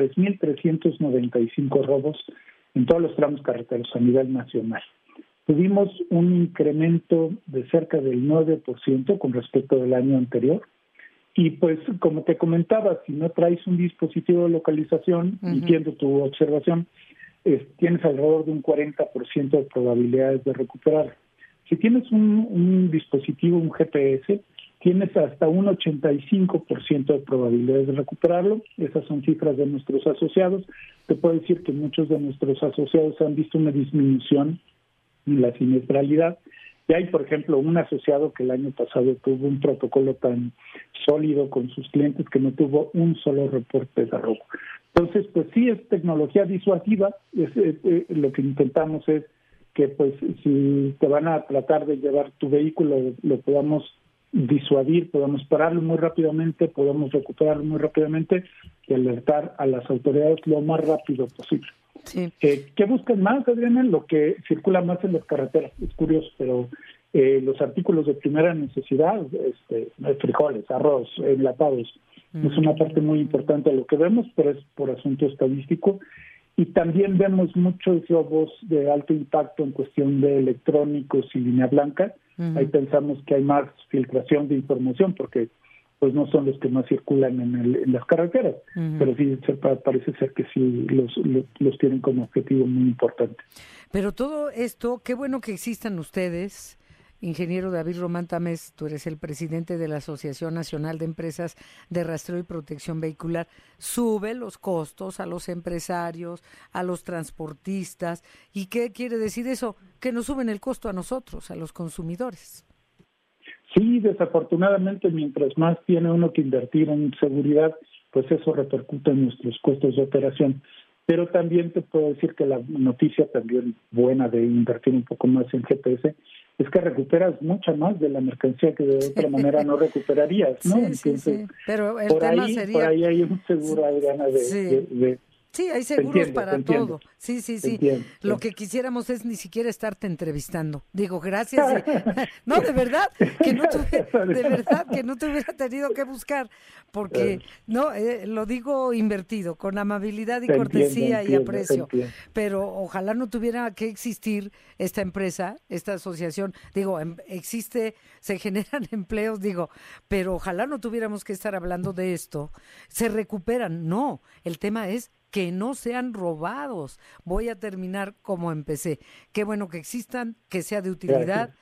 3,395 robos en todos los tramos carreteros a nivel nacional. Tuvimos un incremento de cerca del 9% con respecto del año anterior. Y pues, como te comentaba, si no traes un dispositivo de localización, entiendo tu observación, tienes alrededor de un 40% de probabilidades de recuperar. Si tienes un dispositivo, un GPS, tienes hasta un 85% de probabilidades de recuperarlo. Esas son cifras de nuestros asociados. Te puedo decir que muchos de nuestros asociados han visto una disminución en la siniestralidad. Y hay, por ejemplo, un asociado que el año pasado tuvo un protocolo tan sólido con sus clientes que no tuvo un solo reporte de robo. Entonces, pues sí, es tecnología disuasiva. Lo que intentamos es que, pues, si te van a tratar de llevar tu vehículo, lo podamos disuadir, podamos pararlo muy rápidamente, podamos recuperarlo muy rápidamente y alertar a las autoridades lo más rápido posible. Sí. ¿Qué buscan más, Adriana? Lo que circula más en las carreteras. Es curioso, pero los artículos de primera necesidad, frijoles, arroz, enlatados, es una parte muy importante de lo que vemos, pero es por asunto estadístico. Y también vemos muchos robos de alto impacto en cuestión de electrónicos y línea blanca. Ahí pensamos que hay más filtración de información porque pues no son los que más circulan en las carreteras, pero sí parece ser que sí los tienen como objetivo muy importante. Pero todo esto, qué bueno que existan ustedes. Ingeniero David Román Tamés, tú eres el presidente de la Asociación Nacional de Empresas de Rastreo y Protección Vehicular. Sube los costos a los empresarios, a los transportistas. ¿Y qué quiere decir eso? Que nos suben el costo a nosotros, a los consumidores. Sí, desafortunadamente, mientras más tiene uno que invertir en seguridad, pues eso repercute en nuestros costos de operación. Pero también te puedo decir que la noticia también buena de invertir un poco más en GPS es que recuperas mucha más de la mercancía que de otra manera no recuperarías, ¿no? Sí, entonces, sí. Pero el tema sería... Por ahí hay un seguro, Adriana, Sí, hay seguros para todo. Sí. Entiendo. Lo que quisiéramos es ni siquiera estarte entrevistando. Digo, gracias. No, de verdad, que no te hubiera tenido que buscar, porque lo digo invertido, con amabilidad y cortesía y aprecio. Pero ojalá no tuviera que existir esta empresa, esta asociación. Digo, existe, se generan empleos, pero ojalá no tuviéramos que estar hablando de esto. Se recuperan, no. El tema es que no sean robados. Voy a terminar como empecé. Qué bueno que existan, que sea de utilidad,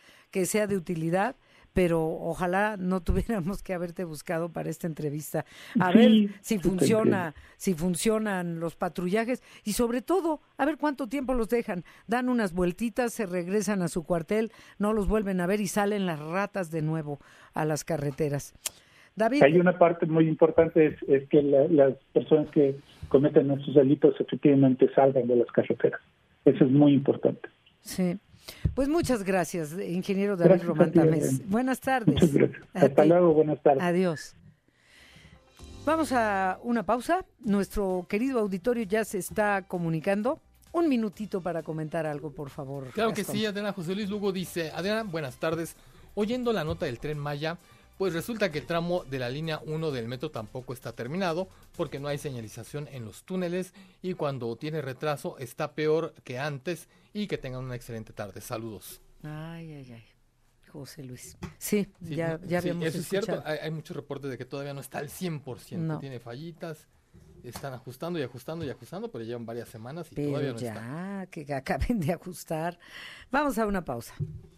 pero ojalá no tuviéramos que haberte buscado para esta entrevista. A ver si funcionan los patrullajes y sobre todo, a ver cuánto tiempo los dejan. Dan unas vueltitas, se regresan a su cuartel, no los vuelven a ver y salen las ratas de nuevo a las carreteras. David. Hay una parte muy importante, es que las personas que cometen estos delitos efectivamente salgan de las carreteras. Eso es muy importante. Sí. Pues muchas gracias, ingeniero David Román Tamés. Buenas tardes. Muchas gracias. Hasta luego, buenas tardes. Adiós. Vamos a una pausa. Nuestro querido auditorio ya se está comunicando. Un minutito para comentar algo, por favor. Claro que sí, Adriana. José Luis Lugo dice, Adriana, buenas tardes. Oyendo la nota del Tren Maya, pues resulta que el tramo de la línea 1 del metro tampoco está terminado porque no hay señalización en los túneles y cuando tiene retraso está peor que antes y que tengan una excelente tarde. Saludos. Ay, José Luis. Sí, ya habíamos eso escuchado. Es cierto, hay muchos reportes de que todavía no está al 100%, no. Tiene fallitas, están ajustando, pero llevan varias semanas y todavía no está. Ya, que acaben de ajustar. Vamos a una pausa.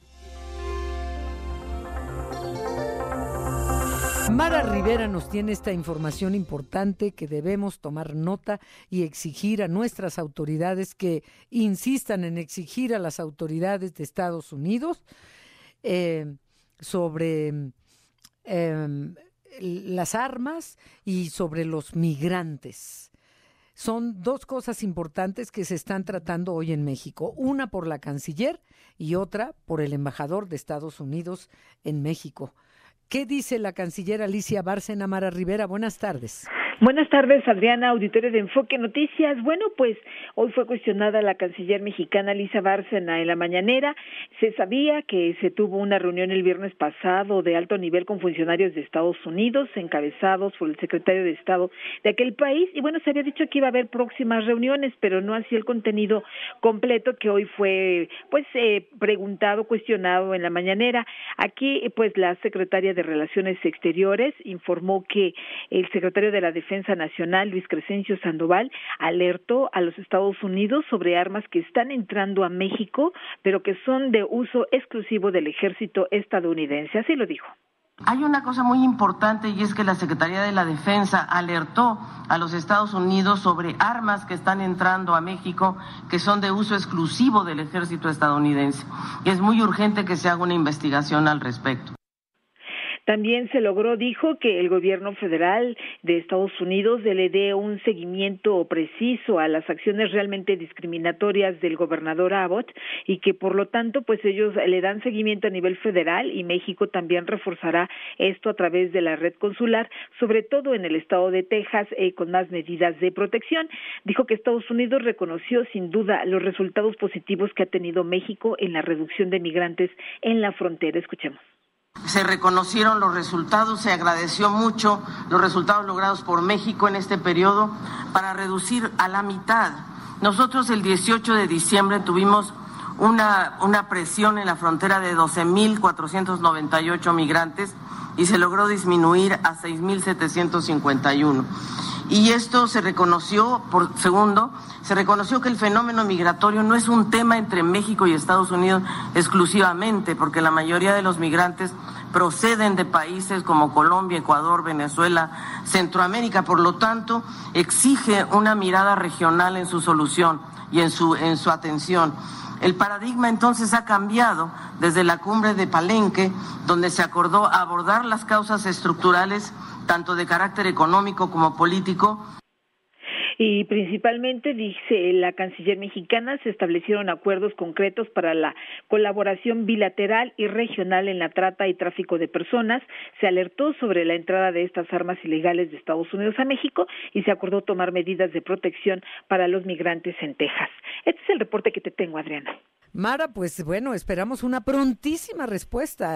Mara Rivera nos tiene esta información importante que debemos tomar nota y exigir a nuestras autoridades que insistan en exigir a las autoridades de Estados Unidos sobre las armas y sobre los migrantes. Son dos cosas importantes que se están tratando hoy en México, una por la canciller y otra por el embajador de Estados Unidos en México. ¿Qué dice la canciller Alicia Bárcena? Mara Rivera? Buenas tardes. Buenas tardes, Adriana, auditorio de Enfoque Noticias. Bueno, pues hoy fue cuestionada la canciller mexicana Alicia Bárcena en la mañanera. Se sabía que se tuvo una reunión el viernes pasado de alto nivel con funcionarios de Estados Unidos, encabezados por el secretario de Estado de aquel país. Y bueno, se había dicho que iba a haber próximas reuniones, pero no así el contenido completo que hoy fue preguntado, cuestionado en la mañanera. Aquí, pues la secretaria de Relaciones Exteriores informó que el secretario de la Defensa Nacional, Luis Crescencio Sandoval, alertó a los Estados Unidos sobre armas que están entrando a México, pero que son de uso exclusivo del ejército estadounidense. Así lo dijo. Hay una cosa muy importante y es que la Secretaría de la Defensa alertó a los Estados Unidos sobre armas que están entrando a México que son de uso exclusivo del ejército estadounidense. Y es muy urgente que se haga una investigación al respecto. También se logró, dijo, que el gobierno federal de Estados Unidos le dé un seguimiento preciso a las acciones realmente discriminatorias del gobernador Abbott y que por lo tanto pues ellos le dan seguimiento a nivel federal y México también reforzará esto a través de la red consular, sobre todo en el estado de Texas, con más medidas de protección. Dijo que Estados Unidos reconoció sin duda los resultados positivos que ha tenido México en la reducción de migrantes en la frontera. Escuchemos. Se reconocieron los resultados, se agradeció mucho los resultados logrados por México en este periodo para reducir a la mitad. Nosotros el 18 de diciembre tuvimos una presión en la frontera de 12.498 migrantes y se logró disminuir a 6.751. Y esto se reconoció, se reconoció que el fenómeno migratorio no es un tema entre México y Estados Unidos exclusivamente, porque la mayoría de los migrantes proceden de países como Colombia, Ecuador, Venezuela, Centroamérica. Por lo tanto, exige una mirada regional en su solución y en su atención. El paradigma entonces ha cambiado desde la cumbre de Palenque, donde se acordó abordar las causas estructurales tanto de carácter económico como político. Y principalmente, dice la canciller mexicana, se establecieron acuerdos concretos para la colaboración bilateral y regional en la trata y tráfico de personas. Se alertó sobre la entrada de estas armas ilegales de Estados Unidos a México y se acordó tomar medidas de protección para los migrantes en Texas. Este es el reporte que te tengo, Adriana. Mara, pues bueno, esperamos una prontísima respuesta.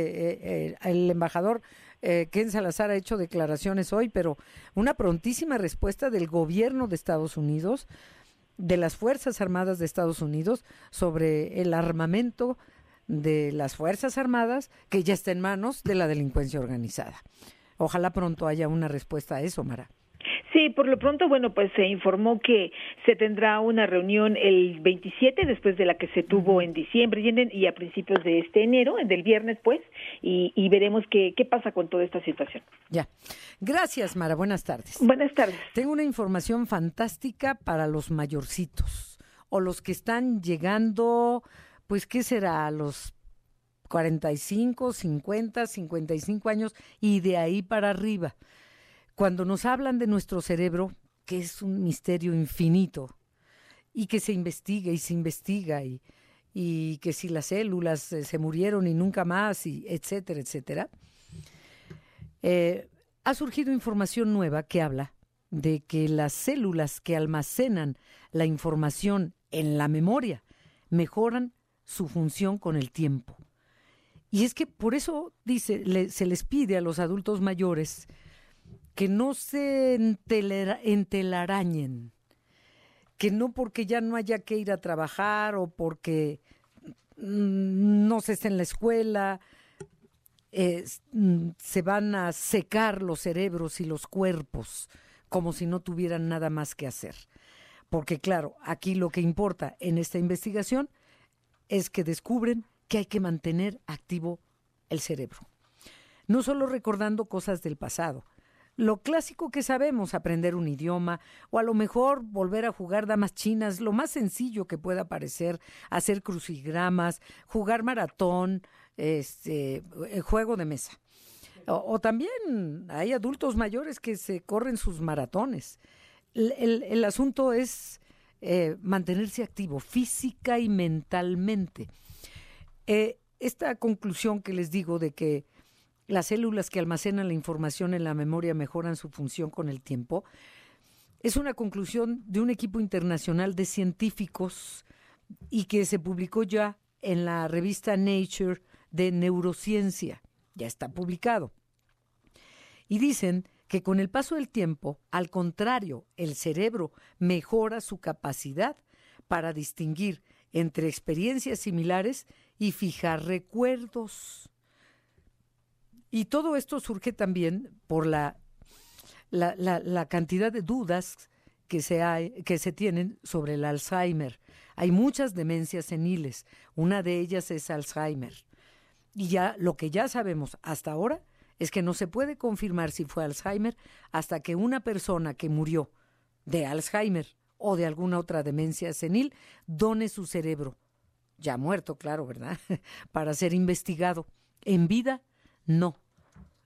El embajador Ken Salazar ha hecho declaraciones hoy, pero una prontísima respuesta del gobierno de Estados Unidos, de las Fuerzas Armadas de Estados Unidos, sobre el armamento de las Fuerzas Armadas que ya está en manos de la delincuencia organizada. Ojalá pronto haya una respuesta a eso, Mara. Sí, por lo pronto, bueno, pues se informó que se tendrá una reunión el 27, después de la que se tuvo en diciembre y a principios de este enero, del viernes, pues, y veremos qué pasa con toda esta situación. Ya. Gracias, Mara. Buenas tardes. Buenas tardes. Tengo una información fantástica para los mayorcitos, o los que están llegando, pues, ¿qué será? A los 45, 50, 55 años y de ahí para arriba. Cuando nos hablan de nuestro cerebro, que es un misterio infinito, y que se investiga y se investiga, y que si las células se murieron y nunca más, y etcétera, etcétera, ha surgido información nueva que habla de que las células que almacenan la información en la memoria mejoran su función con el tiempo. Y es que por eso, dice, se les pide a los adultos mayores que no se entelarañen, que no porque ya no haya que ir a trabajar o porque no se esté en la escuela, se van a secar los cerebros y los cuerpos como si no tuvieran nada más que hacer. Porque claro, aquí lo que importa en esta investigación es que descubren que hay que mantener activo el cerebro. No solo recordando cosas del pasado, lo clásico que sabemos, aprender un idioma, o a lo mejor volver a jugar damas chinas, lo más sencillo que pueda parecer, hacer crucigramas, jugar maratón, juego de mesa. O también hay adultos mayores que se corren sus maratones. El asunto es mantenerse activo física y mentalmente. Esta conclusión que les digo de que las células que almacenan la información en la memoria mejoran su función con el tiempo, es una conclusión de un equipo internacional de científicos y que se publicó ya en la revista Nature de Neurociencia. Ya está publicado. Y dicen que con el paso del tiempo, al contrario, el cerebro mejora su capacidad para distinguir entre experiencias similares y fijar recuerdos. Y todo esto surge también por la cantidad de dudas que se tienen sobre el Alzheimer. Hay muchas demencias seniles, una de ellas es Alzheimer. Y ya lo que ya sabemos hasta ahora es que no se puede confirmar si fue Alzheimer hasta que una persona que murió de Alzheimer o de alguna otra demencia senil done su cerebro, ya muerto, claro, ¿verdad?, para ser investigado. En vida, no,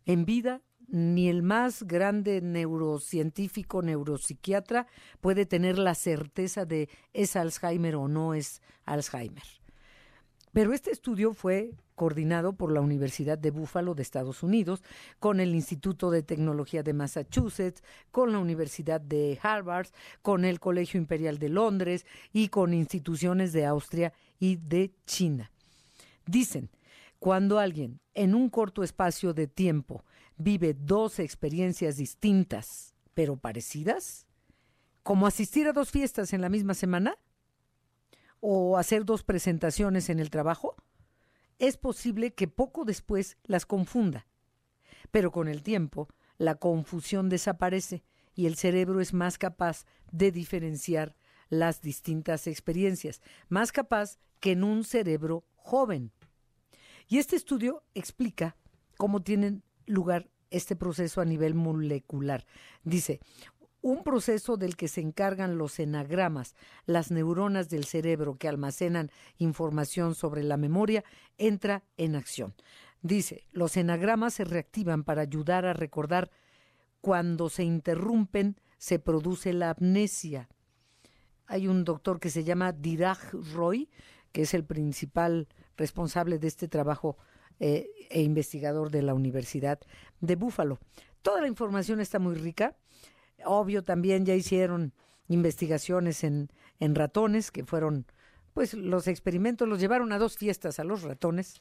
en vida, ni el más grande neurocientífico, neuropsiquiatra puede tener la certeza de es Alzheimer o no es Alzheimer. Pero este estudio fue coordinado por la Universidad de Buffalo de Estados Unidos, con el Instituto de Tecnología de Massachusetts, con la Universidad de Harvard, con el Colegio Imperial de Londres y con instituciones de Austria y de China. Dicen, cuando alguien en un corto espacio de tiempo vive 2 experiencias distintas pero parecidas, como asistir a 2 fiestas en la misma semana o hacer 2 presentaciones en el trabajo, es posible que poco después las confunda. Pero con el tiempo, la confusión desaparece y el cerebro es más capaz de diferenciar las distintas experiencias, más capaz que en un cerebro joven. Y este estudio explica cómo tiene lugar este proceso a nivel molecular. Dice, un proceso del que se encargan los enagramas, las neuronas del cerebro que almacenan información sobre la memoria, entra en acción. Dice, los enagramas se reactivan para ayudar a recordar. Cuando se interrumpen, se produce la amnesia. Hay un doctor que se llama Dirac Roy, que es el principal responsable de este trabajo e investigador de la Universidad de Buffalo. Toda la información está muy rica. Obvio, también ya hicieron investigaciones en ratones, que fueron, pues los experimentos los llevaron a 2 fiestas a los ratones,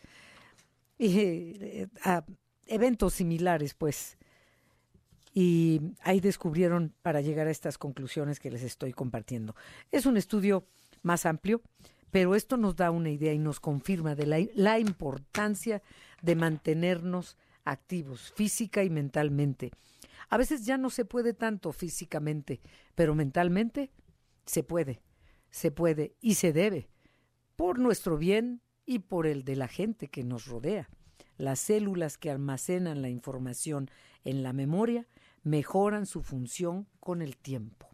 y a eventos similares, pues. Y ahí descubrieron para llegar a estas conclusiones que les estoy compartiendo. Es un estudio más amplio, pero esto nos da una idea y nos confirma de la importancia de mantenernos activos física y mentalmente. A veces ya no se puede tanto físicamente, pero mentalmente se puede y se debe, por nuestro bien y por el de la gente que nos rodea. Las células que almacenan la información en la memoria mejoran su función con el tiempo.